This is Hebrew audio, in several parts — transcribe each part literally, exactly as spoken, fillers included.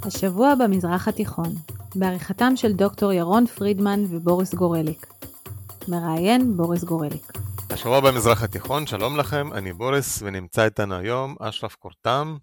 השבוע במזרח התיכון, בעריכתם של דוקטור ירון פרידמן ובוריס גורליק. מראיין בוריס גורליק. השבוע במזרח התיכון, שלום לכם, אני בוריס ונמצא איתנו היום אשרף קורתם,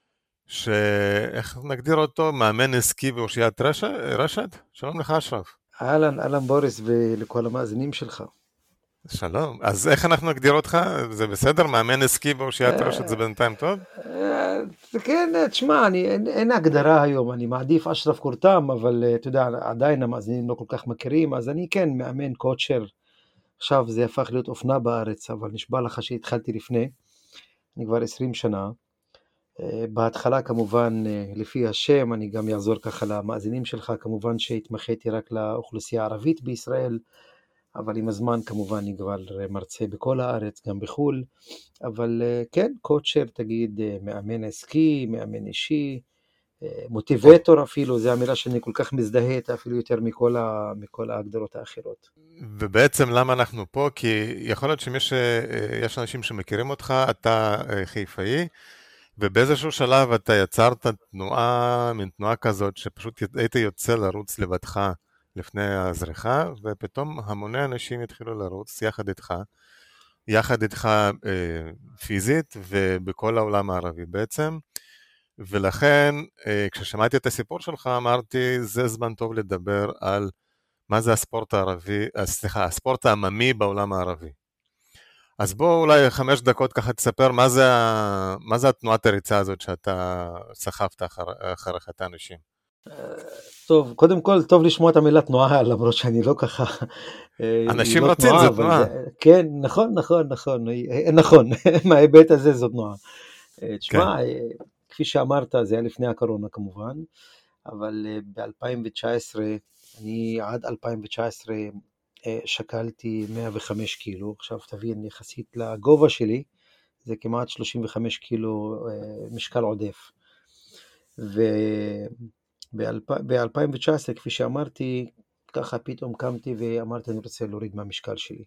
שאיך נגדיר אותו, מאמן עסקי ואושיית רשת, רשת? שלום לך אשרף. אהלן, אהלן בוריס ולכל המאזינים שלך. שלום, אז איך אנחנו נגדיר אותך? זה בסדר? מאמן עסקי ואושיית רשת זה בינתיים טוב? כן, תשמע, אני, אין, אין הגדרה היום, אני מעדיף אשרף קורתם, אבל אתה יודע, עדיין המאזינים לא כל כך מכירים, אז אני כן מאמן קוצ'ר, עכשיו זה הפך להיות אופנה בארץ, אבל נשבע לך שהתחלתי לפני, אני כבר עשרים שנה, בהתחלה כמובן לפי השם, אני גם יעזור ככה למאזינים שלך, כמובן שהתמחיתי רק לאוכלוסייה הערבית בישראל, אבל עם הזמן כמובן אני כבר מרצה בכל הארץ, גם בחול, אבל כן, קוצ'ר תגיד, מאמן עסקי, מאמן אישי, מוטיבטור אפילו, זו המילה שאני כל כך מזדהה, אפילו יותר מכל, ה, מכל ההגדרות האחרות. ובעצם למה אנחנו פה? כי יכול להיות שמי שיש אנשים שמכירים אותך, אתה חיפאי, ובאיזשהו שלב אתה יצרת תנועה, מין תנועה כזאת, שפשוט היית יוצא לרוץ לבדך לפני הזריחה, ופתאום המוני אנשים התחילו לרוץ יחד איתך, יחד איתך אה, פיזית ובכל העולם הערבי בעצם, ולכן אה, כששמעתי את הסיפור שלך אמרתי, זה זמן טוב לדבר על מה זה הספורט הערבי, סליחה, הספורט העממי בעולם הערבי. אז בוא אולי חמש דקות ככה תספר מה זה, מה זה התנועת הריצה הזאת שאתה סחפת אחר, אחריך את האנשים. טוב, קודם כל טוב לשמוע את המילה תנועה, למרות שאני לא ככה... אנשים לא רוצים, תנועה, זה תנועה. זה, כן, נכון, נכון, נכון, נכון, מההיבט הזה זו תנועה. תשמע, כן. כפי שאמרת, זה היה לפני הקורונה כמובן, אבל ב-אלפיים תשע עשרה, אני עד אלפיים תשע עשרה שקלתי מאה וחמש קילו, עכשיו תבין, יחסית לגובה שלי, זה כמעט שלושים וחמישה קילו משקל עודף. וב-אלפיים תשע עשרה, כפי שאמרתי, ככה פתאום קמתי ואמרתי, אני רוצה להוריד מהמשקל שלי.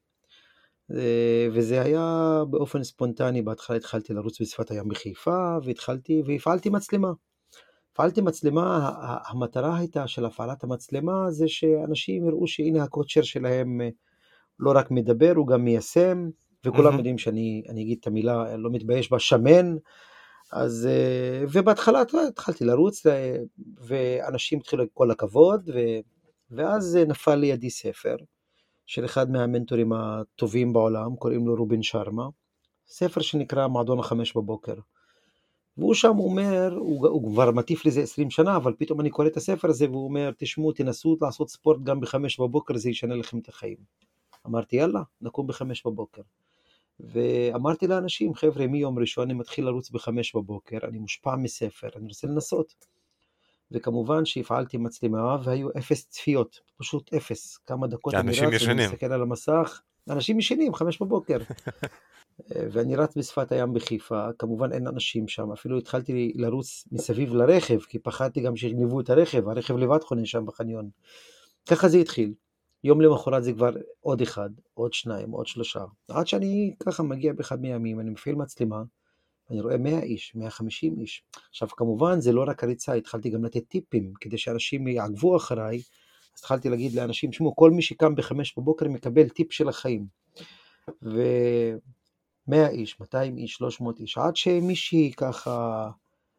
וזה היה באופן ספונטני, בהתחלה התחלתי לרוץ בשפת הים בחיפה, והתחלתי והפעלתי מצלמה. הפעלתי מצלמה, המטרה הייתה של הפעלת המצלמה, זה שאנשים יראו שהנה הקוצ'ר שלהם לא רק מדבר, הוא גם מיישם, וכולם יודעים שאני אני אגיד את המילה, לא מתבייש בה, שמן, אז, ובהתחלה התחלתי לרוץ, ואנשים התחילו כל הכבוד, ו, ואז נפל לידי ספר, של אחד מהמנטורים הטובים בעולם, קוראים לו רובין שרמה, ספר שנקרא מועדון החמש בבוקר. והוא שם אומר, הוא, הוא כבר מטיף לזה עשרים שנה, אבל פתאום אני קורא את הספר הזה, והוא אומר, תשמעו, תנסו לעשות ספורט גם בחמש בבוקר, זה ישנה לכם את החיים. אמרתי, יאללה, נקום בחמש בבוקר. ואמרתי לאנשים, חבר'ה, מיום ראשון אני מתחיל לרוץ בחמש בבוקר, אני מושפע מספר, אני רוצה לנסות. וכמובן שהפעלתי מצלמה, והיו אפס צפיות, פשוט אפס. כמה דקות אני רץ, ואני מסתכל על המסך, אנשים ישנים, חמש בבוקר. ואני רץ בשפת הים בחיפה, כמובן אין אנשים שם, אפילו התחלתי לרוץ מסביב לרכב, כי פחדתי גם שיגנבו את הרכב, הרכב לבד חונה שם בחניון. ככה זה התחיל. יום למחרת זה כבר עוד אחד, עוד שניים, עוד שלושה. עד שאני ככה מגיע באחד מימים, אני מפעיל מצלמה, אני רואה מאה איש, מאה וחמישים איש. עכשיו כמובן זה לא רק הריצה, התחלתי גם לתת טיפים, כדי שאנשים יעקבו אחריי, אז התחלתי להגיד לאנשים, שמו, כל מי שקם בחמש בבוקר מקבל טיפ של החיים. ו... מאה איש, מאתיים איש, שלוש מאות איש, עד שמישהי ככה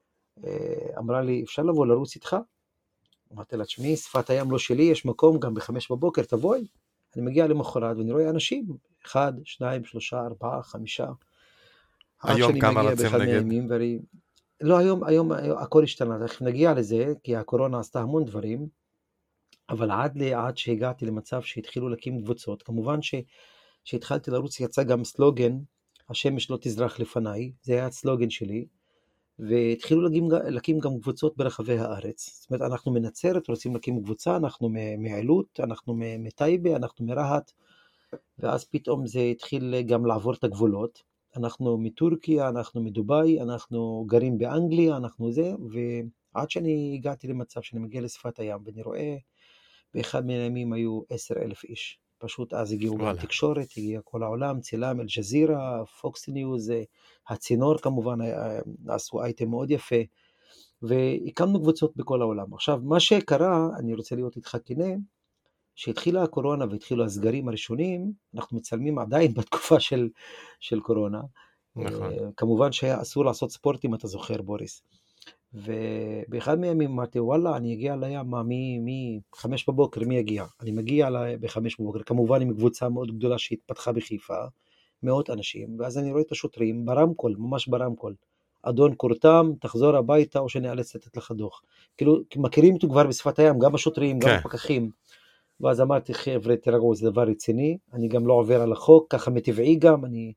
אמרה לי, אפשר לבוא לרוץ איתך? אמרתי לה, תשמעי, שפת הים לא שלי, יש מקום גם בחמש בבוקר, תבואי. אני מגיע למחרת ואני רואה אנשים, אחד, שניים, שלושה, ארבעה, חמישה. היום כמה רצים נגיד? ואני... לא, היום, היום, היום הכל השתנה, תכף נגיע לזה, כי הקורונה עשתה המון דברים, אבל עד, עד שהגעתי למצב שהתחילו להקים קבוצות, כמובן ש, שהתחלתי לרוץ, יצא גם סלוגן, השמש לא תזרח לפניי, זה היה הסלוגן שלי, והתחילו להקים, להקים גם קבוצות ברחבי הארץ. זאת אומרת, אנחנו מנצרת, רוצים להקים קבוצה, אנחנו מעלות, אנחנו מטייבה, אנחנו מרהט, ואז פתאום זה התחיל גם לעבור את הגבולות. אנחנו מטורקיה, אנחנו מדוביי, אנחנו גרים באנגליה, אנחנו זה, ועד שאני הגעתי למצב שאני מגיע לשפת הים, ואני רואה, באחד מן הימים היו עשר אלף איש. פשוט אז הגיעו גם תקשורת, הגיע כל העולם, צילם, אל-ג'זירה, פוקס ניוז, הצינור כמובן, עשו אייטם מאוד יפה, והקמנו קבוצות בכל העולם. עכשיו, מה שקרה, אני רוצה להיות איתך כנה, שהתחילה הקורונה והתחילו הסגרים הראשונים, אנחנו מצלמים עדיין בתקופה של, של קורונה. נכון. כמובן שהיה אסור לעשות ספורט, אם אתה זוכר, בוריס. ובאחד מהימים אמרתי, וואלה, אני אגיע לים, מה, מי, מי, חמש בבוקר, מי יגיע? אני מגיע ל- בחמש בבוקר, כמובן עם קבוצה מאוד גדולה שהתפתחה בחיפה, מאות אנשים, ואז אני רואה את השוטרים ברמקול, ממש ברמקול. אדון קורתם, תחזור הביתה או שנאלץ לתת לך דוח. כאילו, מכירים אותו כבר בשפת הים, גם השוטרים, גם כן. הפקחים. ואז אמרתי, חבר'ה, תרגעו, זה דבר רציני, אני גם לא עובר על החוק, ככה מטבעי גם, אני...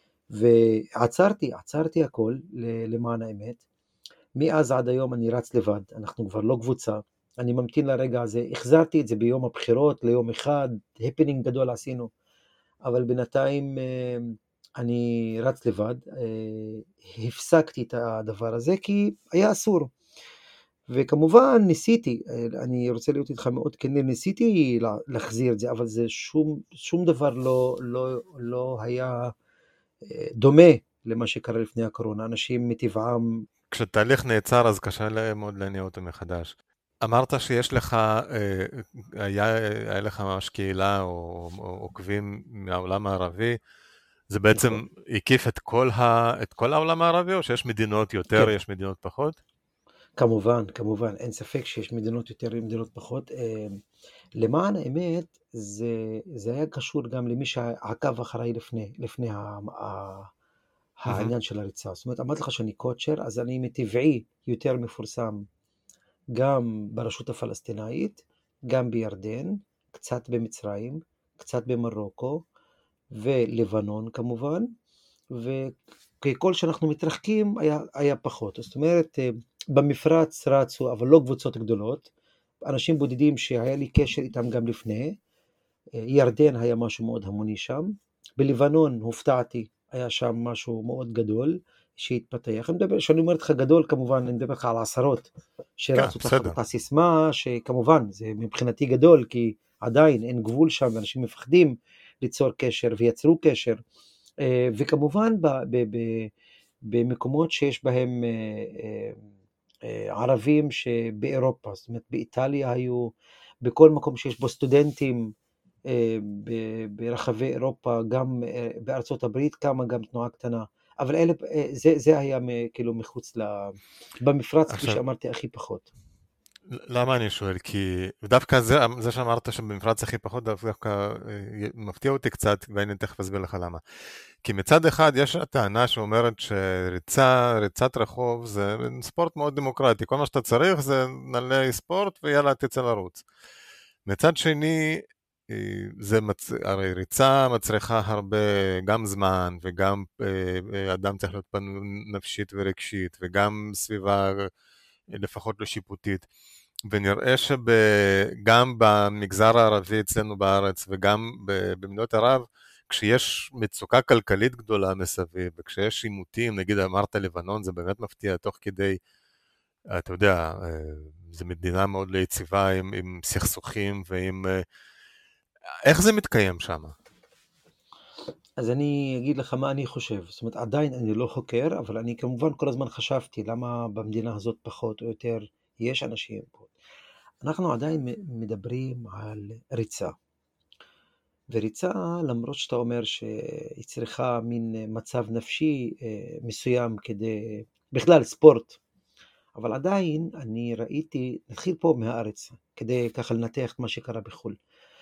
ועצרתי, עצרתי הכל, למען האמת. מאז עד היום אני רץ לבד, אנחנו כבר לא קבוצה, אני ממתין לרגע הזה, החזרתי את זה ביום הבחירות, ליום אחד, הפנינג גדול עשינו, אבל בינתיים אני רץ לבד, הפסקתי את הדבר הזה, כי היה אסור. וכמובן ניסיתי, אני רוצה להיות איתך מאוד כנה, ניסיתי להחזיר את זה, אבל זה שום, שום דבר לא, לא, לא היה דומה למה שקרה לפני הקורונה. אנשים מטבעם... כשתהליך נעצר אז קשה להם מאוד להניע אותו מחדש. אמרת שיש לך, היה, היה לך ממש קהילה או עוקבים מהעולם הערבי, זה בעצם נכון. הקיף את כל, ה, את כל העולם הערבי, או שיש מדינות יותר, כן. יש מדינות פחות? כמובן, כמובן, אין ספק שיש מדינות יותר ומדינות פחות. למען האמת, זה, זה היה קשור גם למי שעקב אחריי לפני, לפני ה, ה, העניין של הריצה. זאת אומרת, אמרתי לך שאני קוצ'ר, אז אני מטבעי יותר מפורסם גם ברשות הפלסטינאית, גם בירדן, קצת במצרים, קצת במרוקו, ולבנון כמובן, וככל שאנחנו מתרחקים היה, היה פחות. זאת אומרת, במפרץ רצו, אבל לא קבוצות גדולות, אנשים בודדים שהיה לי קשר איתם גם לפני, ירדן היה משהו מאוד המוני שם, בלבנון הופתעתי, היה שם משהו מאוד גדול שהתפתח. אני מדבר, שאני אומר לך גדול כמובן, אני מדבר לך על עשרות שרצו תחת אותה סיסמה, שכמובן זה מבחינתי גדול, כי עדיין אין גבול שם, ואנשים מפחדים ליצור קשר ויצרו קשר, וכמובן ב, ב, ב, במקומות שיש בהם ערבים שבאירופה, זאת אומרת באיטליה היו, בכל מקום שיש בו סטודנטים ברחבי אירופה, גם בארצות הברית קמה גם תנועה קטנה, אבל אלה, זה, זה היה כאילו מחוץ ל... במפרץ, כפי שאמרתי, הכי פחות. למה אני שואל? כי דווקא זה, זה שאמרת שבמפרץ הכי פחות, דווקא מפתיע אותי קצת, ואני תכף אסביר לך למה. כי מצד אחד יש טענה שאומרת שריצה, ריצת רחוב זה ספורט מאוד דמוקרטי, כל מה שאתה צריך זה נעלי ספורט ויאללה תצא לרוץ. מצד שני, זה מצ... הרי ריצה מצריכה הרבה, גם זמן וגם אדם צריך להיות פנוי נפשית ורגשית וגם סביבה לפחות לא שיפוטית, ונראה שגם במגזר הערבי אצלנו בארץ וגם במדינות ערב, כשיש מצוקה כלכלית גדולה מסביב, וכשיש עימותים, נגיד אמרת לבנון, זה באמת מפתיע, תוך כדי, אתה יודע, זו מדינה מאוד לא יציבה עם, עם סכסוכים ועם... איך זה מתקיים שם? אז אני אגיד לך מה אני חושב, זאת אומרת עדיין אני לא חוקר, אבל אני כמובן כל הזמן חשבתי למה במדינה הזאת פחות או יותר יש אנשים פה. אנחנו עדיין מדברים על ריצה, וריצה למרות שאתה אומר שהיא צריכה מין מצב נפשי מסוים כדי, בכלל ספורט, אבל עדיין אני ראיתי, נתחיל פה מהארץ, כדי ככה לנתח את מה שקרה בחול.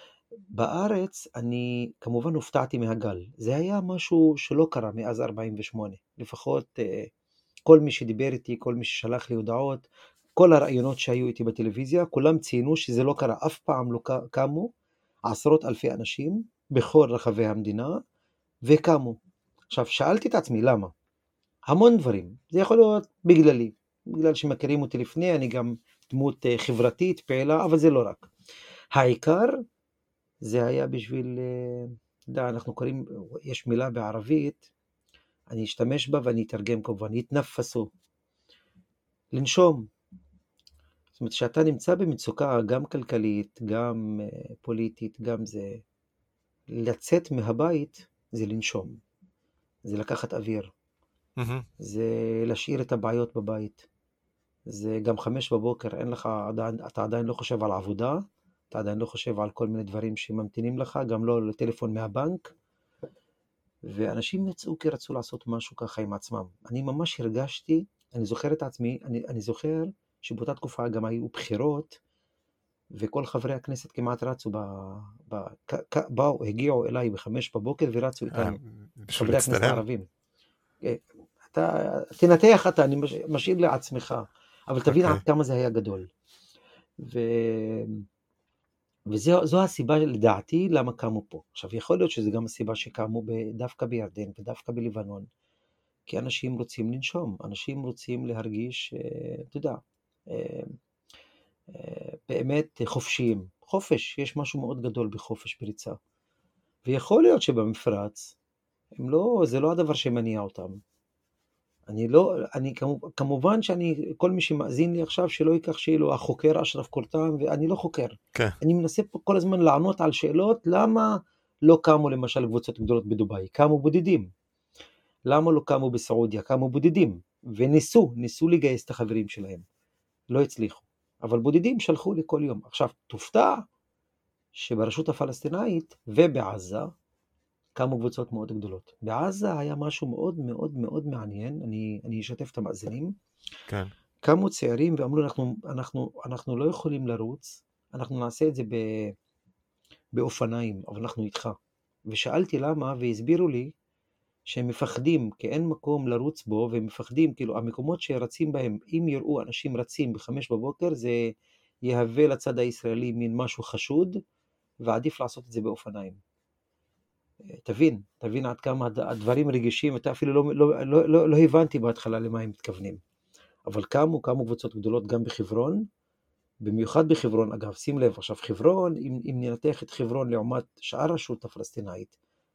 בארץ אני כמובן הופתעתי מהגל, זה היה משהו שלא קרה מאז ארבעים ושמונה, לפחות כל מי שדיבר איתי, כל מי ששלח לי הודעות, כל הרעיונות שהיו איתי בטלוויזיה, כולם ציינו שזה לא קרה, אף פעם לא קמו עשרות אלפי אנשים בכל רחבי המדינה, וקמו. עכשיו שאלתי את עצמי למה? המון דברים, זה יכול להיות בגללי, בגלל שמכירים אותי לפני, אני גם דמות חברתית, פעילה, אבל זה לא רק. העיקר, זה היה בשביל, יודע, אנחנו קוראים, יש מילה בערבית, אני אשתמש בה ואני אתרגם כמובן, התנפסו, לנשום. זאת אומרת, שאתה נמצא במצוקה גם כלכלית, גם פוליטית, גם זה, לצאת מהבית זה לנשום, זה לקחת אוויר, mm-hmm. זה להשאיר את הבעיות בבית, זה גם חמש בבוקר, אין לך, עדיין, אתה עדיין לא חושב על עבודה, אתה עדיין לא חושב על כל מיני דברים שממתינים לך, גם לא לטלפון מהבנק, ואנשים יצאו כי רצו לעשות משהו ככה עם עצמם. אני ממש הרגשתי, אני זוכר את עצמי, אני, אני זוכר שבאותה תקופה גם היו בחירות, וכל חברי הכנסת כמעט רצו, ב, ב, כ, כ, באו, הגיעו אליי בחמש בבוקר ורצו איתנו, חברי הכנסת הערבים. אתה, תנתח אתה, אני משאיר לעצמך, אבל תבין okay. עד כמה זה היה גדול. ו... וזו הסיבה לדעתי למה קמו פה. עכשיו יכול להיות שזה גם הסיבה שקמו דווקא בירדן ודווקא בלבנון, כי אנשים רוצים לנשום, אנשים רוצים להרגיש, אתה יודע, באמת חופשיים. חופש, יש משהו מאוד גדול בחופש בריצה. ויכול להיות שבמפרץ, הם לא, זה לא הדבר שמניע אותם. אני לא, אני כמובן שאני, כל מי שמאזין לי עכשיו שלא ייקח שאילו החוקר אשרף קורטן, ואני לא חוקר. כן. אני מנסה פה כל הזמן לענות על שאלות, למה לא קמו למשל קבוצות גדולות בדובאי? קמו בודדים. למה לא קמו בסעודיה? קמו בודדים. וניסו, ניסו לגייס את החברים שלהם. לא הצליחו. אבל בודדים שלחו לי כל יום. עכשיו, תופתע שברשות הפלסטינאית ובעזה, קמו קבוצות מאוד גדולות. בעזה היה משהו מאוד מאוד מאוד מעניין, אני, אני אשתף את המאזינים. כן. קמו צעירים ואמרו, אנחנו, אנחנו, אנחנו לא יכולים לרוץ, אנחנו נעשה את זה ב, באופניים, אבל אנחנו איתך. ושאלתי למה, והסבירו לי שהם מפחדים, כי אין מקום לרוץ בו, והם מפחדים, כאילו המקומות שרצים בהם, אם יראו אנשים רצים בחמש בבוקר, זה יהווה לצד הישראלי מין משהו חשוד, ועדיף לעשות את זה באופניים. תבין, תבין עד כמה הדברים רגישים, אתה אפילו לא, לא, לא, לא, לא הבנתי בהתחלה למה הם מתכוונים. אבל קמו, קמו קבוצות גדולות גם בחברון, במיוחד בחברון, אגב, שים לב, עכשיו חברון, אם, אם ננתח את חברון לעומת שאר הרשות הפלסטינאית,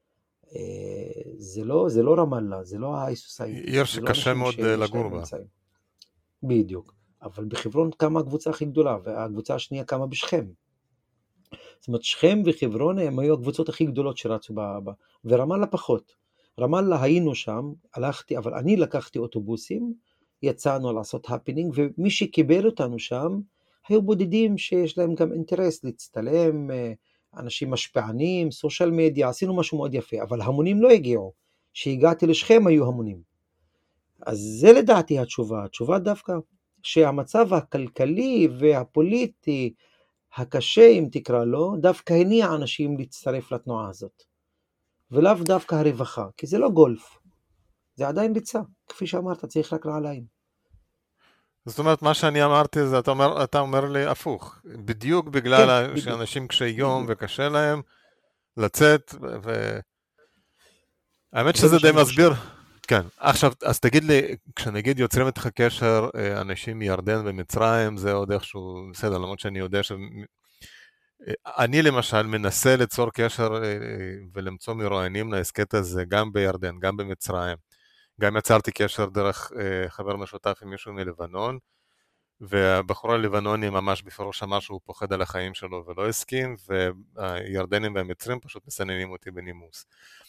זה לא, זה לא רמאללה, זה לא האיסוסאי. עיר שקשה מאוד לגור בה. בדיוק. אבל בחברון קמה הקבוצה הכי גדולה, והקבוצה השנייה קמה בשכם. זאת אומרת, שכם וחברון הם היו הקבוצות הכי גדולות שרצו בה, בה. ורמאללה פחות. רמאללה היינו שם, הלכתי, אבל אני לקחתי אוטובוסים, יצאנו לעשות הפינינג, ומי שקיבל אותנו שם, היו בודדים שיש להם גם אינטרס להצטלם, אנשים משפענים, סושיאל מדיה, עשינו משהו מאוד יפה, אבל המונים לא הגיעו. שהגעתי לשכם היו המונים. אז זה לדעתי התשובה. התשובה דווקא שהמצב הכלכלי והפוליטי, הקשה אם תקרא לו, דווקא הניע אנשים להצטרף לתנועה הזאת. ולאו דווקא הרווחה, כי זה לא גולף. זה עדיין ריצה. כפי שאמרת, צריך רק נעליים. זאת אומרת, מה שאני אמרתי זה, אתה אומר, אתה אומר לי הפוך. בדיוק בגלל כן, שאנשים קשי יום וקשה להם לצאת, ו... האמת שזה די מסביר. כן. עכשיו, אז תגיד לי, כשנגיד יוצרים איתך קשר אנשים מירדן ומצרים, זה עוד איכשהו בסדר, למרות שאני יודע ש... אני למשל מנסה ליצור קשר ולמצוא מרואיינים לעסקת הזה, גם בירדן, גם במצרים. גם יצרתי קשר דרך חבר משותף עם מישהו מלבנון, והבחור הלבנוני ממש בפירוש אמר שהוא פוחד על החיים שלו ולא הסכים, והירדנים והמצרים פשוט מסננים אותי בנימוס.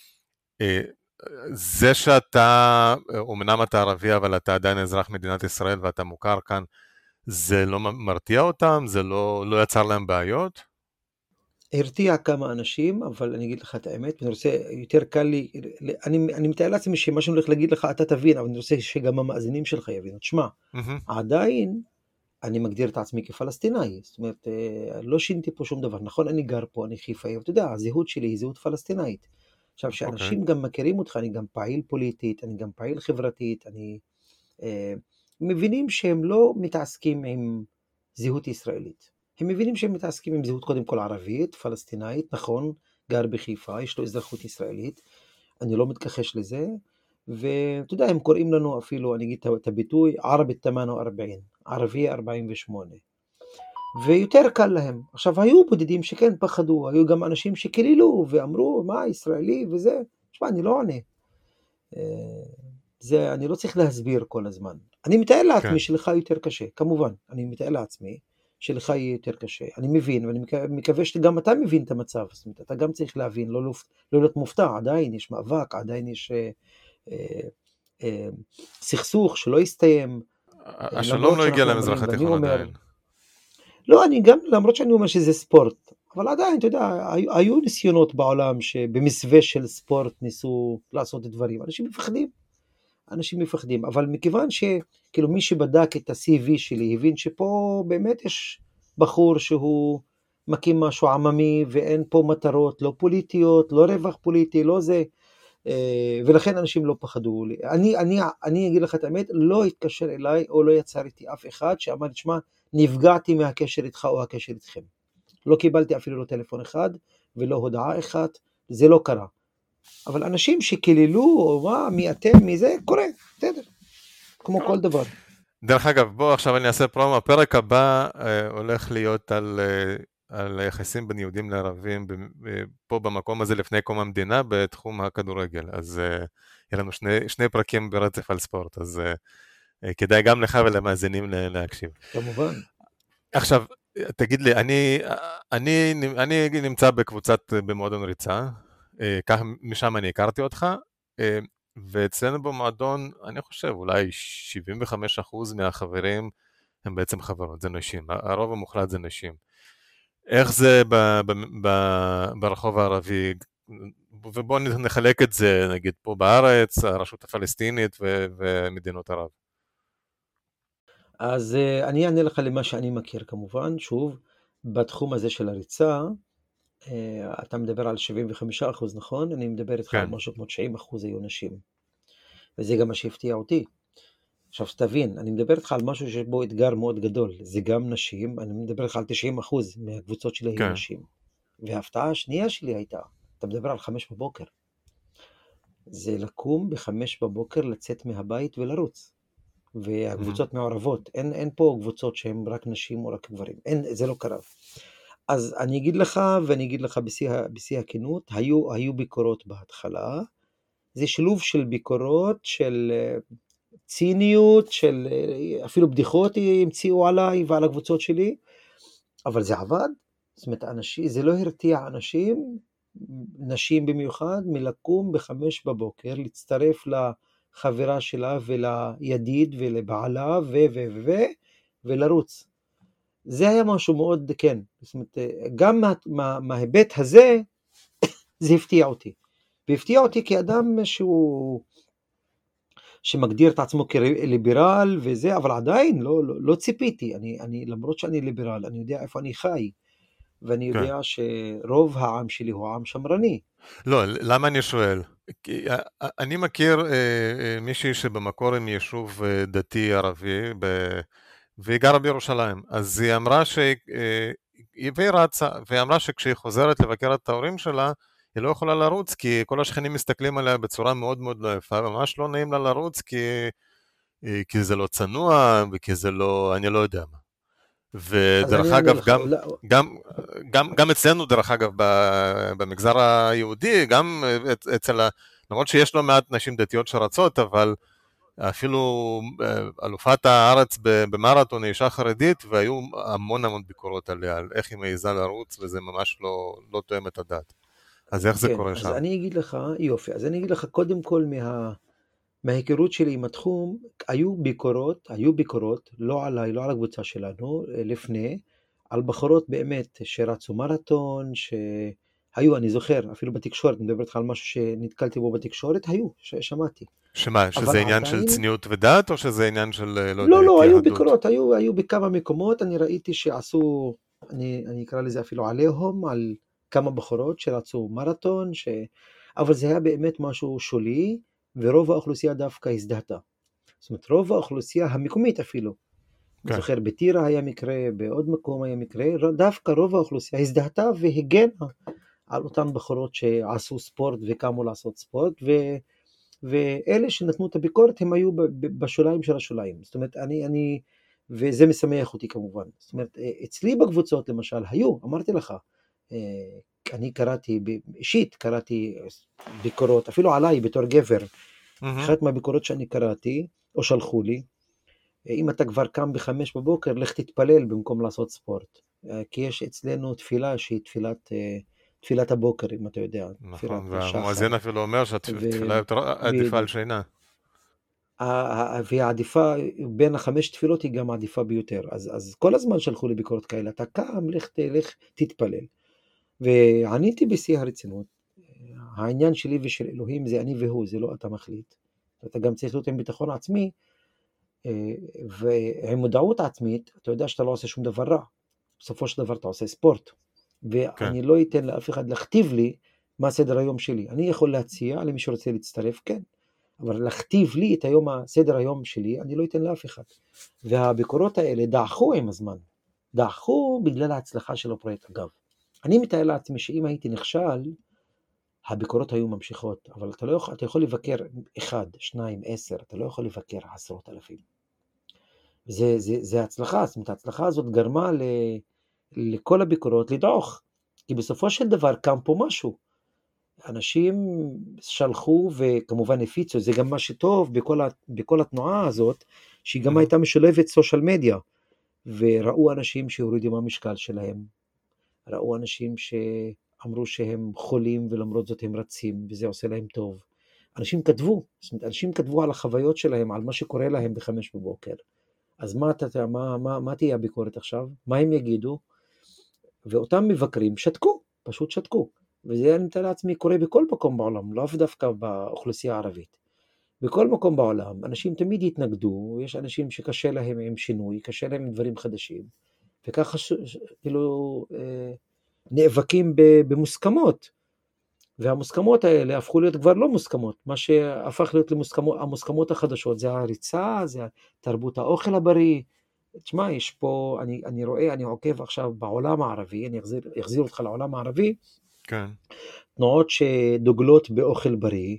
זה שאתה, אומנם אתה ערבי, אבל אתה עדיין אזרח מדינת ישראל ואתה מוכר כאן, זה לא מרתיע אותם? זה לא, לא יצר להם בעיות? הרתיע כמה אנשים, אבל אני אגיד לך את האמת, ואני רוצה, יותר קל לי, אני, אני מתאר לעצמי שמה שאני הולך להגיד לך אתה תבין, אבל אני רוצה שגם המאזינים שלך יבינו. תשמע, mm-hmm. עדיין אני מגדיר את עצמי כפלסטינאי, זאת אומרת, לא שינתי פה שום דבר, נכון, אני גר פה, אני חיפאי, ואתה יודע, הזהות שלי היא זהות פלסטינאית. עכשיו, שאנשים okay. גם מכירים אותך, אני גם פעיל פוליטית, אני גם פעיל חברתית, אני אה, מבינים שהם לא מתעסקים עם זהות ישראלית. הם מבינים שהם מתעסקים עם זהות קודם כל ערבית, פלסטינאית, נכון, גר בחיפה, יש לו אזרחות ישראלית, אני לא מתכחש לזה, ואתה יודע, הם קוראים לנו אפילו, אני אגיד את הביטוי, ערבית תמאנה וארבעים, ערבי ארבעים ושמונה. ויותר קל להם. עכשיו, היו בודדים שכן פחדו, היו גם אנשים שקיללו ואמרו, מה, ישראלי וזה. תשמע, אני לא עונה. זה, אני לא צריך להסביר כל הזמן. אני מתאר לעצמי כן. שלך יותר קשה, כמובן. אני מתאר לעצמי שלך יהיה יותר קשה. אני מבין, ואני מקווה שגם אתה מבין את המצב. זאת אומרת, אתה גם צריך להבין, לא, לא להיות מופתע. עדיין יש מאבק, עדיין יש אה, אה, אה, סכסוך שלא יסתיים. השלום לא הגיע למזרח התיכון עדיין. לא, אני גם, למרות שאני אומר שזה ספורט, אבל עדיין, אתה יודע, היו, היו ניסיונות בעולם שבמסווה של ספורט ניסו לעשות דברים. אנשים מפחדים, אנשים מפחדים, אבל מכיוון שכאילו מי שבדק את ה-סי וי שלי, הבין שפה באמת יש בחור שהוא מקים משהו עממי, ואין פה מטרות, לא פוליטיות, לא רווח פוליטי, לא זה, ולכן אנשים לא פחדו. אני, אני, אני אגיד לך את האמת, לא התקשר אליי, או לא יצר איתי אף אחד, שאמר, תשמע, נפגעתי מהקשר איתך או הקשר איתכם. לא קיבלתי אפילו לא טלפון אחד, ולא הודעה אחת, זה לא קרה. אבל אנשים שכללו, או מה, מי אתם, מי זה, קורה, בסדר, כמו כל דבר. דרך אגב, בוא עכשיו אני אעשה פרומו, הפרק הבא אה, הולך להיות על, אה, על היחסים בין יהודים לערבים, פה במקום הזה לפני קום המדינה, בתחום הכדורגל. אז אה, יהיה לנו שני, שני פרקים ברצף על ספורט, אז אה, כדאי גם לך ולמאזינים להקשיב. כמובן. עכשיו, תגיד לי, אני, אני, אני נמצא בקבוצת במועדון ריצה, כך משם אני הכרתי אותך, ואצלנו במועדון, אני חושב, אולי שבעים וחמישה אחוז מהחברים הם בעצם חברות, זה נשים, הרוב המוחלט זה נשים. איך זה ב, ב, ב, ברחוב הערבי, ובואו נחלק את זה, נגיד פה בארץ, הרשות הפלסטינית ו, ומדינות ערב. אז uh, אני אענה לך למה שאני מכיר כמובן, שוב, בתחום הזה של הריצה, uh, אתה מדבר על שבעים וחמישה אחוז, נכון? אני מדבר איתך כן. על משהו כמו תשעים אחוז היו נשים, וזה גם מה שהפתיע אותי. עכשיו שתבין, אני מדבר איתך על משהו שיש בו אתגר מאוד גדול, זה גם נשים, אני מדבר איתך על תשעים אחוז מהקבוצות שלי כן. היו נשים, וההפתעה השנייה שלי הייתה, אתה מדבר על חמש בבוקר, זה לקום בחמש בבוקר, לצאת מהבית ולרוץ. והקבוצות mm-hmm. מעורבות, אין, אין פה קבוצות שהן רק נשים או רק גברים, אין, זה לא קרה. אז אני אגיד לך, ואני אגיד לך בשיא, בשיא הכנות, היו, היו ביקורות בהתחלה, זה שילוב של ביקורות, של ציניות, של אפילו בדיחות המציאו עליי ועל הקבוצות שלי, אבל זה עבד, זאת אומרת, אנשים, זה לא הרתיע אנשים, נשים במיוחד, מלקום בחמש בבוקר, להצטרף ל... חברה שלה ולידיד ולבעלה ו ו ו ולרוץ. זה היה משהו מאוד, כן, זאת אומרת, גם מה, מה, מההיבט הזה, זה הפתיע אותי. והפתיע אותי כאדם שהוא, שמגדיר את עצמו כליברל וזה, אבל עדיין לא, לא, לא ציפיתי. אני, אני, למרות שאני ליברל, אני יודע איפה אני חי, ואני יודע כן. שרוב העם שלי הוא עם שמרני. לא, למה אני שואל? אני מכיר מישהי שבמקור עם יישוב דתי ערבי, והיא גרה בירושלים, אז היא אמרה שהיא רצה, והיא אמרה שכשהיא חוזרת לבקר את ההורים שלה, היא לא יכולה לרוץ, כי כל השכנים מסתכלים עליה בצורה מאוד מאוד לא יפה, ממש לא נעים לה לרוץ, כי, כי זה לא צנוע, וכי זה לא, אני לא יודע מה. ודרך אגב, גם, גם, גם, גם אצלנו, דרך אגב, במגזר היהודי, גם אצל, למרות שיש לא מעט נשים דתיות שרצות, אבל אפילו אלופת הארץ במרתון היא אישה חרדית, והיו המון המון ביקורות עליה, על איך היא מעיזה לרוץ, וזה ממש לא, לא תואם את הדת. אז איך זה כן, קורה אז שם? אז אני אגיד לך, יופי, אז אני אגיד לך, קודם כל מה... מההיכרות שלי עם התחום, היו ביקורות, היו ביקורות, לא עליי, לא על הקבוצה שלנו, לפני, על בחורות באמת שרצו מרתון, שהיו, אני זוכר, אפילו בתקשורת, אני מדבר איתך על משהו שנתקלתי בו בתקשורת, היו, שמעתי. שמה, שזה עניין עדיין... של צניעות ודת, או שזה עניין של, לא, לא, לא, היו ביקורות, היו, היו בכמה מקומות, אני ראיתי שעשו, אני, אני אקרא לזה אפילו עליהם, על כמה בחורות שרצו מרתון, ש... אבל זה היה באמת משהו שולי, ורוב האוכלוסייה דווקא הזדהתה. זאת אומרת, רוב האוכלוסייה המקומית אפילו. כן. אני זוכר, בטירה היה מקרה, בעוד מקום היה מקרה, דווקא רוב האוכלוסייה הזדהתה והגנה על אותן בחורות שעשו ספורט וקמו לעשות ספורט, ו, ואלה שנתנו את הביקורת הם היו בשוליים של השוליים. זאת אומרת, אני, אני, וזה משמח אותי כמובן. זאת אומרת, אצלי בקבוצות למשל היו, אמרתי לך, אני קראתי, אישית קראתי ביקורות, אפילו עליי בתור גבר, mm-hmm. אחת מהביקורות שאני קראתי, או שלחו לי, אם אתה כבר קם בחמש בבוקר, לך תתפלל במקום לעשות ספורט, כי יש אצלנו תפילה שהיא תפילת, תפילת הבוקר, אם אתה יודע. נכון, והמואזין אפילו אומר שהתפילה יותר עדיפה על שינה. והעדיפה בין החמש תפילות היא גם העדיפה ביותר. אז, אז כל הזמן שלחו לי ביקורות כאלה, אתה קם, לך תלך, תתפלל. ועניתי בשיא הרצינות, העניין שלי ושל אלוהים זה אני והוא, זה לא אתה מחליט. אתה גם צריך להיות עם ביטחון עצמי, ועם מודעות עצמית, אתה יודע שאתה לא עושה שום דבר רע. בסופו של דבר אתה עושה ספורט. ואני כן. לא אתן לאף אחד להכתיב לי מה סדר היום שלי. אני יכול להציע למי שרוצה להצטרף, כן. אבל להכתיב לי את היום הסדר היום שלי, אני לא אתן לאף אחד. והביקורות האלה דעכו עם הזמן. דעכו בגלל ההצלחה של הפרויקט. אגב, אני מתאר לעצמי שאם הייתי נכשל, הביקורות היו ממשיכות, אבל אתה לא יכול, אתה יכול לבקר אחד, שניים, עשר, אתה לא יכול לבקר עשרות אלפים. זה, זה, זה הצלחה, זאת אומרת, ההצלחה הזאת גרמה ל, לכל הביקורות לדעוך, כי בסופו של דבר קם פה משהו. אנשים שלחו וכמובן הפיצו, זה גם מה שטוב בכל, ה, בכל התנועה הזאת, שהיא גם Mhm. הייתה משולבת סושיאל מדיה, וראו אנשים שהורידו מהמשקל שלהם, ראו אנשים שאמרו שהם חולים ולמרות זאת הם רצים, וזה עושה להם טוב. אנשים כתבו, זאת אומרת, אנשים כתבו על החוויות שלהם, על מה שקורה להם בחמש בבוקר. אז מה, אתה, מה, מה, מה תהיה הביקורת עכשיו? מה הם יגידו? ואותם מבקרים שתקו, פשוט שתקו. וזה אני מתאר לעצמי קורה בכל מקום בעולם, לא דווקא באוכלוסייה הערבית. בכל מקום בעולם, אנשים תמיד יתנגדו, יש אנשים שקשה להם עם שינוי, קשה להם עם דברים חדשים, וככה ש, כאילו אה, נאבקים במוסכמות, והמוסכמות האלה הפכו להיות כבר לא מוסכמות, מה שהפך להיות למוסכמות, המוסכמות החדשות, זה הריצה, זה תרבות האוכל הבריא. תשמע, יש פה, אני, אני רואה, אני עוקב עכשיו בעולם הערבי, אני אחזיר, אחזיר אותך לעולם הערבי, כן. תנועות שדוגלות באוכל בריא,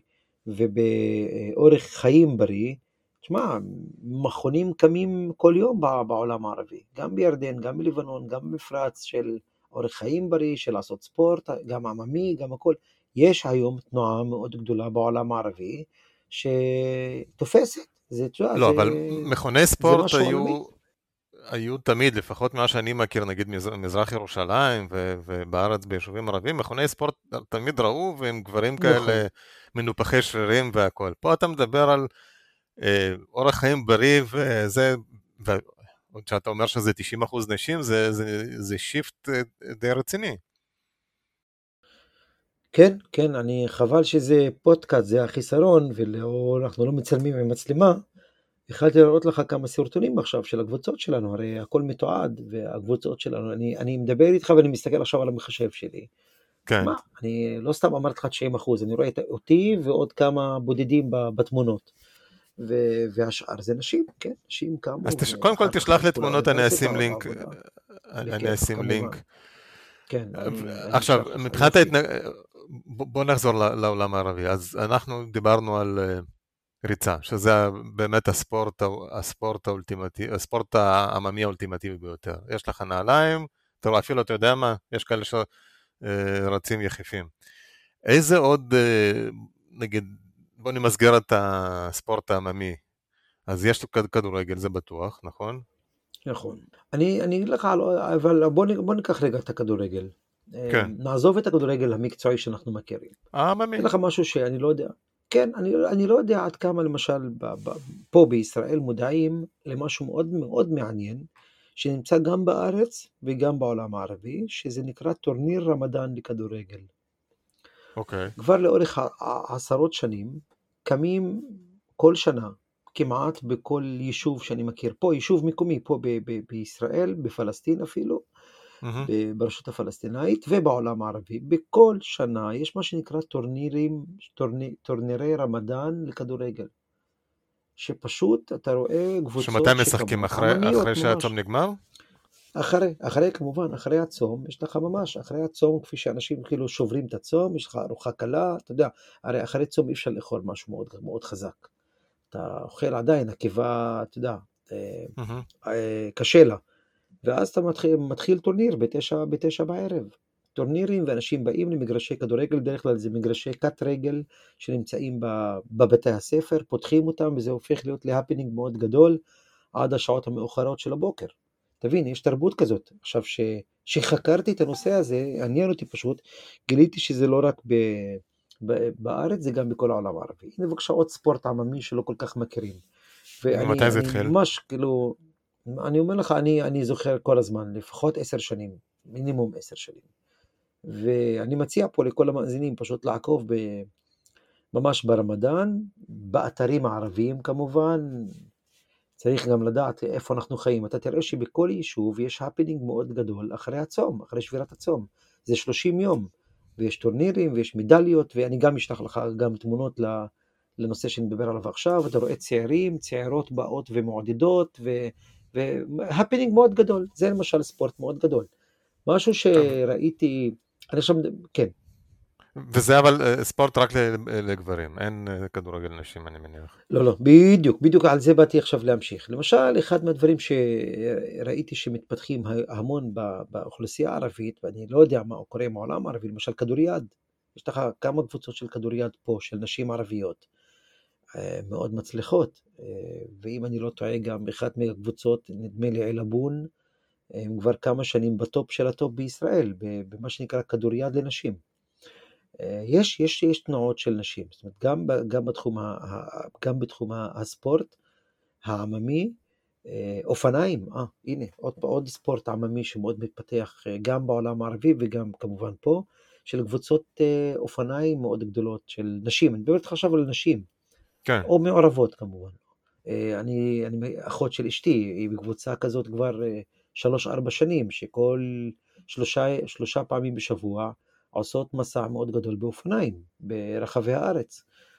ובאורך חיים בריא. תשמע, מכונים קמים כל יום בעולם הערבי, גם בירדן, גם בלבנון, גם במפרץ של אורך חיים בריא, של לעשות ספורט, גם עממי, גם הכל. יש היום תנועה מאוד גדולה בעולם הערבי, שתופסת. זה, תשמע, לא, זה, אבל מכוני זה ספורט משהו עולמי. היו, היו תמיד, לפחות מה שאני מכיר, נגיד מזר- מזרח ירושלים ו- ובארץ ביישובים ערבים, מכוני ספורט תמיד ראו, והם גברים נכון. כאלה מנופחי שרירים והכל. פה אתה מדבר על אה, אורח חיים בריא, וזה, ועוד שאתה אומר שזה תשעים אחוז נשים, זה, זה, זה שיפט אה, די רציני. כן, כן, אני חבל שזה פודקאסט, זה החיסרון, ואנחנו לא מצלמים עם מצלמה. יכלתי לראות לך כמה סרטונים עכשיו של הקבוצות שלנו, הרי הכל מתועד, והקבוצות שלנו, אני, אני מדבר איתך ואני מסתכל עכשיו על המחשב שלי. כן. מה, אני לא סתם אמרתי לך תשעים אחוז, אני רואה אותי ועוד כמה בודדים בתמונות, ו- והשאר זה נשים, כן, נשים קמו. אז תש... קודם כל תשלח לי תמונות, אני אשים לינק, אני אשים לינק. כן, אני, עכשיו, אני מבחינת ההתנג... בוא נחזור לעולם הערבי. אז אנחנו דיברנו על ריצה, שזה באמת הספורט, הספורט האולטימטיבי, הספורט העממי האולטימטיבי ביותר. יש לך נעליים, תראו, אפילו אתה יודע מה, יש כאלה שרצים יחיפים. איזה עוד, נגיד, בוא נמסגר את הספורט העממי. אז יש כדורגל, זה בטוח, נכון? נכון. אני, אני אגיד לך, אבל בוא, בוא ניקח רגע את הכדורגל. כן. נעזוב את הכדורגל המקצועי שאנחנו מכירים. העממי. אין לך משהו שאני לא יודע. כן, אני, אני לא יודע עד כמה למשל ב, ב, פה בישראל מודעים למשהו מאוד מאוד מעניין, שנמצא גם בארץ וגם בעולם הערבי, שזה נקרא טורניר רמדאן לכדורגל. אוקיי. כבר לאורך עשרות שנים, קמים כל שנה, כמעט בכל יישוב שאני מכיר, פה יישוב מקומי, פה ב- ב- בישראל, בפלסטין אפילו, Mm-hmm. ברשות הפלסטינאית ובעולם הערבי, בכל שנה יש מה שנקרא טורנירים, טורני, טורנירי רמדאן לכדורגל, שפשוט אתה רואה קבוצות שמתי משחקים? אחרי, אחרי שהצום נגמר? אחרי, אחרי כמובן, אחרי הצום, יש לך ממש, אחרי הצום, כפי שאנשים כאילו שוברים את הצום, יש לך ארוחה קלה, אתה יודע, הרי אחרי צום אי אפשר לאכול משהו מאוד, מאוד חזק. אתה אוכל עדיין, הקיבה, אתה יודע, mm-hmm. קשה לה. ואז אתה מתחיל, מתחיל טורניר בתשע, בתשע בערב. טורנירים, ואנשים באים למגרשי כדורגל, בדרך כלל זה מגרשי קט רגל, שנמצאים בבתי הספר, פותחים אותם, וזה הופך להיות להפנינג מאוד גדול, עד השעות המאוחרות של הבוקר. תבין, יש תרבות כזאת. עכשיו, ש, שחקרתי את הנושא הזה, עניין אותי פשוט, גיליתי שזה לא רק ב, בארץ זה גם בכל העולם הערבי. הנה בבקשה עוד ספורט עממי שלא כל כך מכירים. מתי ואני זה אני התחיל? ממש כאילו, אני אומר לך, אני, אני זוכר כל הזמן, לפחות עשר שנים, מינימום עשר שנים. ואני מציע פה לכל המאזינים פשוט לעקוב ב, ממש ברמדאן, באתרים הערביים כמובן, צריך גם לדעת איפה אנחנו חיים. אתה תראה שבכל יישוב יש הפנינג מאוד גדול אחרי הצום, אחרי שבירת הצום. זה שלושים יום, ויש טורנירים ויש מדליות, ואני גם אשלח לך גם תמונות לנושא שנדבר עליו עכשיו. אתה רואה צעירים, צעירות באות ומעודדות, והפנינג מאוד גדול. זה למשל ספורט מאוד גדול. משהו שראיתי, אני עכשיו, כן. וזה אבל ספורט רק לגברים, אין כדורגל נשים אני מניח. לא, לא, בדיוק, בדיוק על זה באתי עכשיו להמשיך. למשל, אחד מהדברים שראיתי שמתפתחים המון באוכלוסייה הערבית, ואני לא יודע מה קורה עם העולם הערבי, למשל כדוריד. יש לך כמה קבוצות של כדוריד פה, של נשים ערביות, מאוד מצליחות. ואם אני לא טועה, גם אחת מהקבוצות, נדמה לי עילבון, הם כבר כמה שנים בטופ של הטופ בישראל, במה שנקרא כדוריד לנשים. יש, יש, יש תנועות של נשים, זאת אומרת, גם, גם בתחום, ה, גם בתחום הספורט העממי, אופניים, אה, הנה, עוד, עוד ספורט עממי שמאוד מתפתח גם בעולם הערבי וגם כמובן פה, של קבוצות אופניים מאוד גדולות של נשים, אני באמת חושב על נשים, כן. או מעורבות כמובן. אני, אני, אחות של אשתי, היא בקבוצה כזאת כבר שלוש ארבע שנים, שכל שלושה, שלושה פעמים בשבוע, עושות מסע מאוד גדול באופניים, ברחבי הארץ,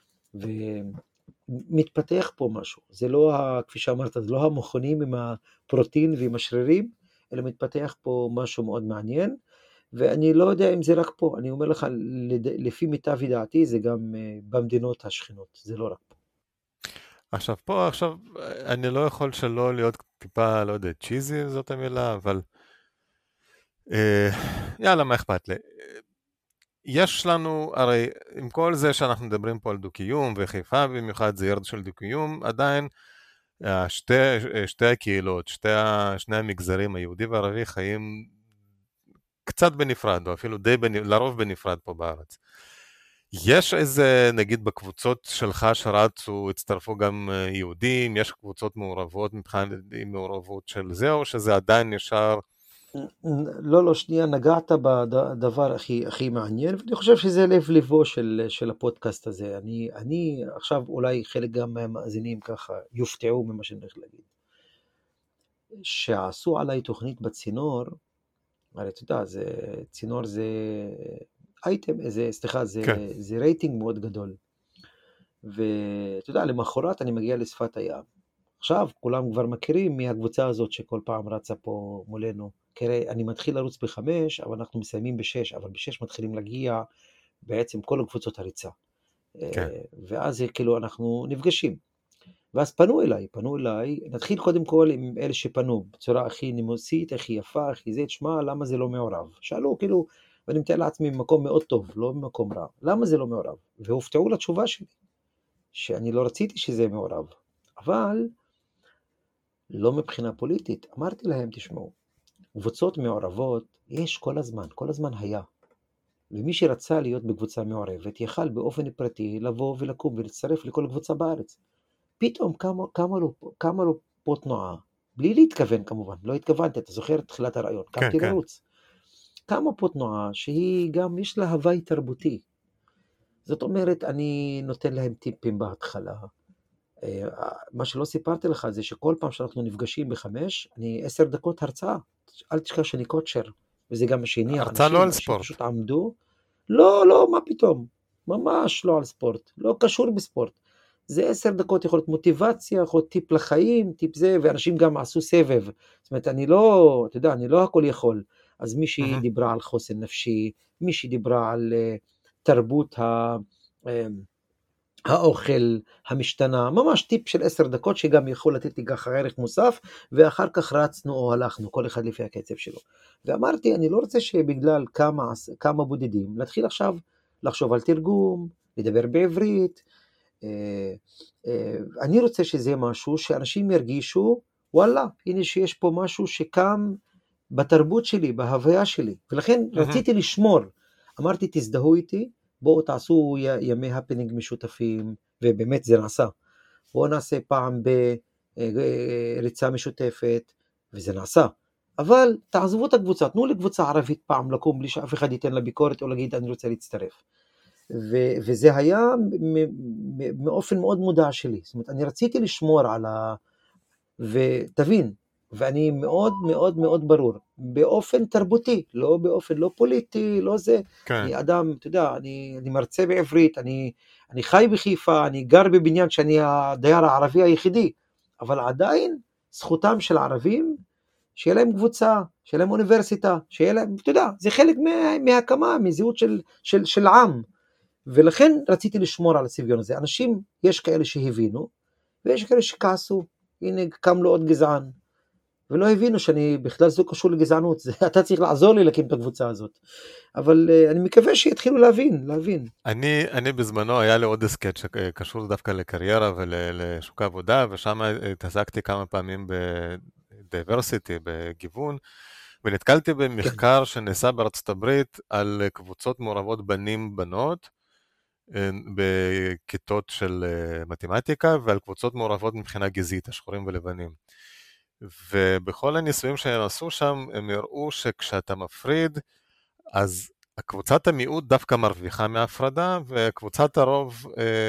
ומתפתח פה משהו, זה לא, כפי שאמרת, זה לא המכונים עם הפרוטין ועם השרירים, אלא מתפתח פה משהו מאוד מעניין, ואני לא יודע אם זה רק פה, אני אומר לך, לפי מיטב ידיעתי, זה גם במדינות השכנות, זה לא רק פה. עכשיו פה, עכשיו, אני לא יכול שלא להיות טיפה, לא יודע, צ'יזי זאת המילה, אבל אה, יאללה, מה אכפת לי? יש לנו, הרי עם כל זה שאנחנו מדברים פה על דו-קיום, וחיפה במיוחד זה ירד של דו-קיום, עדיין שתי, שתי הקהילות, שתי, שני המגזרים, היהודי והערבי, חיים קצת בנפרד, או אפילו די בנפרד, לרוב בנפרד פה בארץ. יש איזה, נגיד בקבוצות שלך שרצו, הצטרפו גם יהודים, יש קבוצות מעורבות מבחינת מעורבות של זה, או שזה עדיין נשאר? לא, לא, שנייה, נגעת בדבר הכי, הכי מעניין, ואני חושב שזה לב ליבו של, של הפודקאסט הזה. אני, אני עכשיו אולי חלק גם מהמאזינים ככה יופתעו ממה שאני הולך להגיד. שעשו עליי תוכנית בצינור, הרי אתה יודע, זה, צינור זה אייטם, זה, סליחה, זה, כן. זה רייטינג מאוד גדול. ואתה יודע, למחרת אני מגיע לשפת הים. עכשיו כולם כבר מכירים מהקבוצה הזאת שכל פעם רצה פה מולנו. אני מתחיל לרוץ בחמש, אבל אנחנו מסיימים בשש, אבל בשש מתחילים להגיע בעצם כל הקבוצות הריצה. כן. ואז כאילו אנחנו נפגשים. ואז פנו אליי, פנו אליי, נתחיל קודם כל עם אלה שפנו, בצורה הכי נימוסית, הכי יפה, הכי זה, תשמע, למה זה לא מעורב? שאלו, כאילו, ואני מתאר לעצמי ממקום מאוד טוב, לא ממקום רע, למה זה לא מעורב? והופתעו לתשובה שלי, שאני לא רציתי שזה מעורב, אבל לא מבחינה פוליטית. אמרתי להם, תשמעו, קבוצות מעורבות יש כל הזמן, כל הזמן היה. ומי שרצה להיות בקבוצה מעורבת, יכל באופן פרטי לבוא ולקום ולהצטרף לכל קבוצה בארץ. פתאום קמה, קמה, לו, קמה לו פה תנועה, בלי להתכוון כמובן, לא התכוונתי, אתה זוכר את תחילת הרעיון, קמתי כן, לרוץ. כן. קמה פה תנועה שהיא גם, יש לה הווי תרבותי. זאת אומרת, אני נותן להם טיפים בהתחלה. מה שלא סיפרתי לך זה שכל פעם שאנחנו נפגשים בחמש, אני עשר דקות הרצאה. אל תשכח שאני קוצ'ר, וזה גם השני. הרצאה לא על ספורט. פשוט עמדו. לא, לא, מה פתאום? ממש לא על ספורט. לא קשור בספורט. זה עשר דקות, יכול להיות מוטיבציה, יכול להיות טיפ לחיים, טיפ זה, ואנשים גם עשו סבב. זאת אומרת, אני לא, אתה יודע, אני לא הכל יכול. אז מישהי mm-hmm. דיברה על חוסן נפשי, מישהי דיברה על uh, תרבות ה... Uh, האוכל המשתנה, ממש טיפ של עשר דקות שגם יכול לתת לי ככה ערך מוסף, ואחר כך רצנו או הלכנו, כל אחד לפי הקצב שלו. ואמרתי, אני לא רוצה שבגלל כמה, כמה בודדים, להתחיל עכשיו לחשוב על תרגום, לדבר בעברית, אני רוצה שזה משהו שאנשים ירגישו, וואלה, הנה שיש פה משהו שקם בתרבות שלי, בהוויה שלי, ולכן רציתי לשמור, אמרתי תזדהו איתי, בואו תעשו י- ימי הפנינג משותפים, ובאמת זה נעשה. בואו נעשה פעם בריצה משותפת, וזה נעשה. אבל תעזבו את הקבוצה, תנו לקבוצה ערבית פעם לקום בלי שאף אחד ייתן לה ביקורת או להגיד אני רוצה להצטרף. ו- וזה היה מ- מ- מאופן מאוד מודע שלי. זאת אומרת, אני רציתי לשמור על ה... ותבין, ואני מאוד מאוד מאוד ברור, באופן תרבותי, לא באופן לא פוליטי, לא זה. כן. אני אדם, אתה יודע, אני, אני מרצה בעברית, אני, אני חי בחיפה, אני גר בבניין שאני הדייר הערבי היחידי, אבל עדיין זכותם של הערבים, שיהיה להם קבוצה, שיהיה להם אוניברסיטה, שיהיה להם, אתה יודע, זה חלק מה, מהקמה, מזהות של, של, של עם, ולכן רציתי לשמור על הצביון הזה. אנשים, יש כאלה שהבינו, ויש כאלה שכעסו, הנה קם לו עוד גזען, ולא הבינו שאני בכלל זה לא קשור לגזענות, זה, אתה צריך לעזור לי להקים את הקבוצה הזאת. אבל uh, אני מקווה שיתחילו להבין, להבין. אני, אני בזמנו היה לי עוד סקט שקשור דווקא לקריירה ולשוק העבודה, ושם התעסקתי כמה פעמים בדייברסיטי, בגיוון, ונתקלתי במחקר שנעשה בארצות הברית על קבוצות מעורבות בנים בנות, בכיתות של מתמטיקה, ועל קבוצות מעורבות מבחינה גזעית, השחורים ולבנים. ובכל הניסויים שהם עשו שם, הם הראו שכשאתה מפריד, אז קבוצת המיעוט דווקא מרוויחה מההפרדה, וקבוצת הרוב,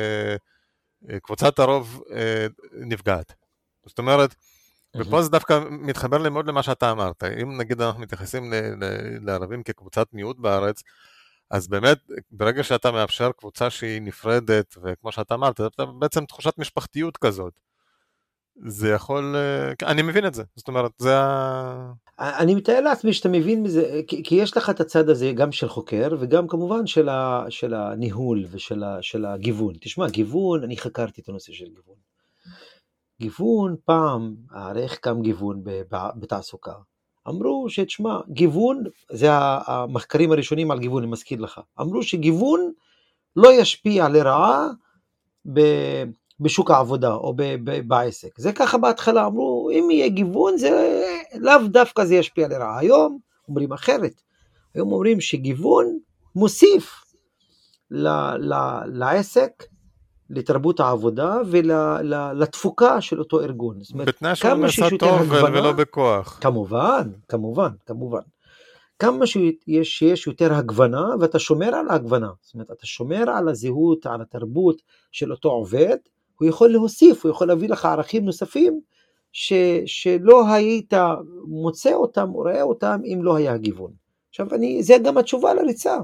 קבוצת הרוב נפגעת. זאת אומרת, ופה זה דווקא מתחבר לי מאוד למה שאתה אמרת. אם נגיד אנחנו מתייחסים לערבים כקבוצת מיעוט בארץ, אז באמת, ברגע שאתה מאפשר קבוצה שהיא נפרדת, וכמו שאתה אמרת, זה בעצם תחושת משפחתיות כזאת. זה יכול, אני מבין את זה, זאת אומרת, זה ה... אני מתאר לעצמי שאתה מבין מזה, כי, כי יש לך את הצד הזה גם של חוקר, וגם כמובן של, ה, של הניהול ושל ה, של הגיוון. תשמע, גיוון, אני חקרתי את הנושא של גיוון. גיוון, פעם, הרי איך קם גיוון בתעסוקה? אמרו שתשמע, גיוון, זה המחקרים הראשונים על גיוון, אני מזכיר לך. אמרו שגיוון לא ישפיע לרעה ב... בשוק העבודה או ב- ב- בעסק. זה ככה בהתחלה, אמרו, אם יהיה גיוון, זה לאו דווקא זה ישפיע לרעה. היום אומרים אחרת. היום אומרים שגיוון מוסיף ל- ל- לעסק, לתרבות העבודה ולתפוקה של אותו ארגון. זאת אומרת, בתנאי שהוא נעשה טוב ולא בכוח. כמובן, כמובן, כמובן. כמה שיש, שיש יותר הגוונה, ואתה שומר על ההגוונה. זאת אומרת, אתה שומר על הזהות, על התרבות של אותו עובד, הוא יכול להוסיף, הוא יכול להביא לך ערכים נוספים, ש, שלא היית מוצא אותם, או רואה אותם, אם לא היה גיוון. עכשיו, אני, זה גם התשובה לריצה.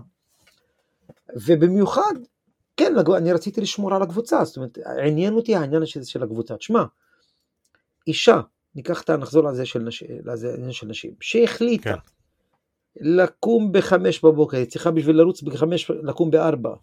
ובמיוחד, כן, אני רציתי לשמור על הקבוצה, זאת אומרת, עניין אותי העניין של, של הקבוצה. תשמע, אישה, ניקח את נחזור לזה של, נש, לזה, של נשים, שהחליטה, כן. לקום בחמש בבוקר, היא צריכה בשביל לרוץ בחמש, לקום בארבע,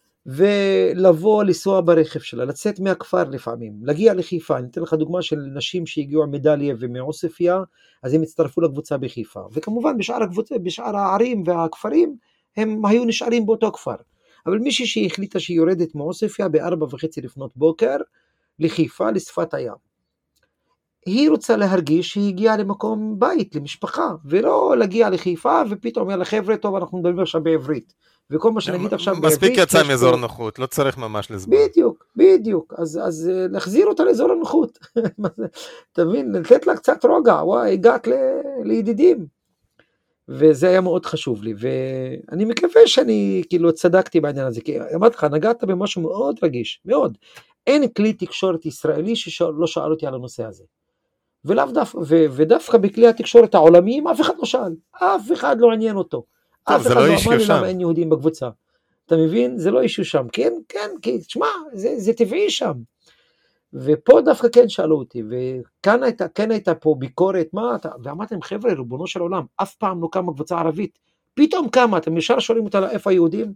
ולבוא לנסוע ברכב שלה, לצאת מהכפר לפעמים, להגיע לחיפה. אני אתן לך דוגמה של נשים שהגיעו עם מדליה ומעוספיה, אז הם הצטרפו לקבוצה בחיפה, וכמובן בשאר הקבוצה, בשאר הערים והכפרים, הם היו נשארים באותו כפר. אבל מישהי שהחליטה שהיא יורדת מעוספיה בארבע וחצי לפנות בוקר, לחיפה, לשפת הים. היא רוצה להרגיש שהיא הגיעה למקום בית, למשפחה, ולא להגיע לחיפה, ופתאום יאללה חבר'ה, טוב, אנחנו מדברים עכשיו בעברית. וכל מה שנגיד עכשיו בעברית... מספיק יצא מאזור הנוחות, לא צריך ממש לסבור. בדיוק, בדיוק. אז, אז להחזיר אותה לאזור הנוחות. תבין, לתת לה קצת רוגע, וואי, הגעת ל, לידידים. וזה היה מאוד חשוב לי, ואני מקווה שאני כאילו צדקתי בעניין הזה, כי אמרתי לך, נגעת במשהו מאוד רגיש, מאוד. אין כלי תקשורת ישראלי שלא שאל אותי על הנושא הזה. ולאו דווקא, ודווקא בכלי התקשורת העולמיים, אף אחד לא שאל, אף אחד לא עניין אותו. טוב, זה לא אישיו שם. למה אין יהודים בקבוצה. אתה מבין? זה לא אישיו שם. כן, כן, כי, תשמע, זה, זה טבעי שם. ופה דווקא כן שאלו אותי, וכאן הייתה, כן הייתה פה ביקורת, מה אתה, ואמרתם, חבר'ה, ריבונו של עולם, אף פעם לא קמה קבוצה ערבית. פתאום קמה, אתם ישר שואלים אותה איפה היהודים,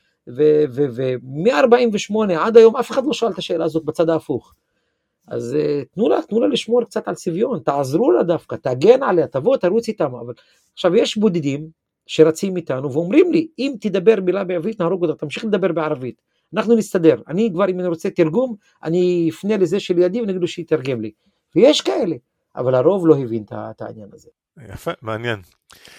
ומ-ארבעים ושמונה עד היום, אף אחד לא שאל את השאלה הזאת בצד ההפוך. אז תנו לה, תנו לה לשמור קצת על צביון, תעזרו לה דווקא, תגן עליה, תבוא, תרוץ איתם. אבל עכשיו יש בודדים שרצים איתנו ואומרים לי, אם תדבר מילה בעברית נהרוג אותה, תמשיך לדבר בערבית, אנחנו נסתדר. אני כבר אם אני רוצה תרגום, אני אפנה לזה שלידי ונגיד לו שיתרגם לי. ויש כאלה, אבל הרוב לא הבין את העניין הזה. יפה, מעניין.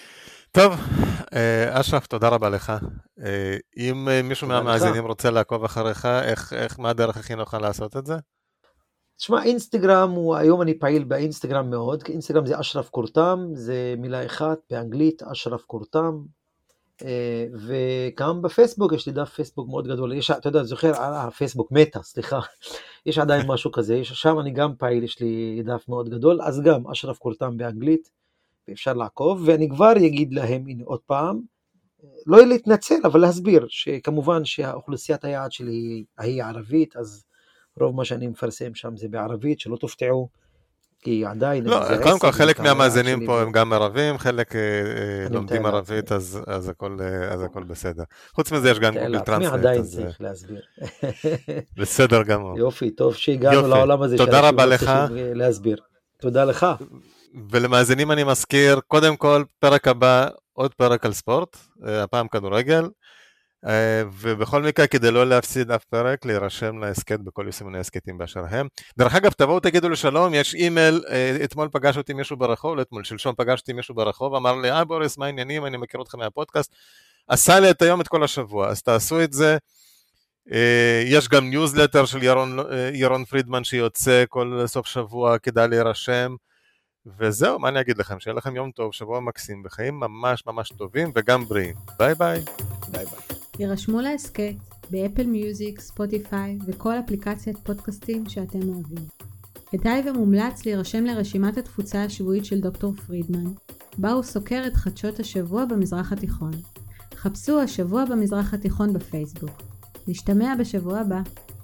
טוב, אשרף, תודה רבה לך. אם מישהו תודה מהמאזינים לך. רוצה לעקוב אחריך, איך, איך, מה הדרך הכי נוחה לעשות את זה? תשמע, אינסטגרם, הוא, היום אני פעיל באינסטגרם מאוד, כי אינסטגרם זה אשרף קורתם, זה מילה אחת באנגלית, אשרף קורתם, אה, וגם בפייסבוק, יש לי דף פייסבוק מאוד גדול, יש, אתה יודע, זוכר, אה, פייסבוק מטה, סליחה, יש עדיין משהו כזה, יש, שם אני גם פעיל, יש לי דף מאוד גדול, אז גם אשרף קורתם באנגלית, ואפשר לעקוב, ואני כבר אגיד להם, הנה עוד פעם, לא להתנצל, אבל להסביר, שכמובן שהאוכלוסיית היעד שלי היא ערבית, אז רוב מה שאני מפרסם שם זה בערבית, שלא תופתעו, כי עדיין לא, זה קודם כל עסק, חלק וקהל היעד מהמאזינים שלי פה זה- הם גם ערבים, חלק אה, אני לומדים מתאר ערבית, לעצמי. אז, אז, הכל, אה, אז הכל בסדר. חוץ מזה יש גם מתאר גוגל לעצמי, טרנסלייט, עדיין אז אה, צריך להסביר. בסדר גמור. יופי, טוב שהגענו יופי, לעולם הזה, תודה שאנשים רבה לא לך. צריכים אה, להסביר. תודה לך. ולמאזינים אני מזכיר, קודם כל, פרק הבא, עוד פרק על ספורט, אה, הפעם כדורגל, אה, ובכל מקרה, כדי לא להפסיד אף פרק, להירשם להסקט בכל יישומוני הסקטים באשר הם. דרך אגב, תבואו תגידו לשלום, יש אימייל, אה, אתמול פגש אותי מישהו ברחוב, לא אתמול, שלשום פגשתי מישהו ברחוב, אמר לי, אה בוריס, מה העניינים, אני מכיר אותך מהפודקאסט, עשה לי את היום את כל השבוע, אז תעשו את זה. אה, יש גם ניוזלטר של ירון, אה, ירון פרידמן שיוצא כל סוף שבוע, כדאי להירשם. וזהו, מה אני אגיד לכם? שיהיה לכם יום טוב, שבוע מקסים, וחיים ממש ממש טובים וגם בריאים. ביי ביי. ביי ביי. יירשמו להסקט באפל מיוזיק, ספוטיפיי וכל אפליקציית פודקאסטים שאתם אוהבים. כדאי ומומלץ להירשם לרשימת התפוצה השבועית של דוקטור פרידמן, בה הוא סוקר את חדשות השבוע במזרח התיכון. חפשו השבוע במזרח התיכון בפייסבוק. נשתמע בשבוע הבא.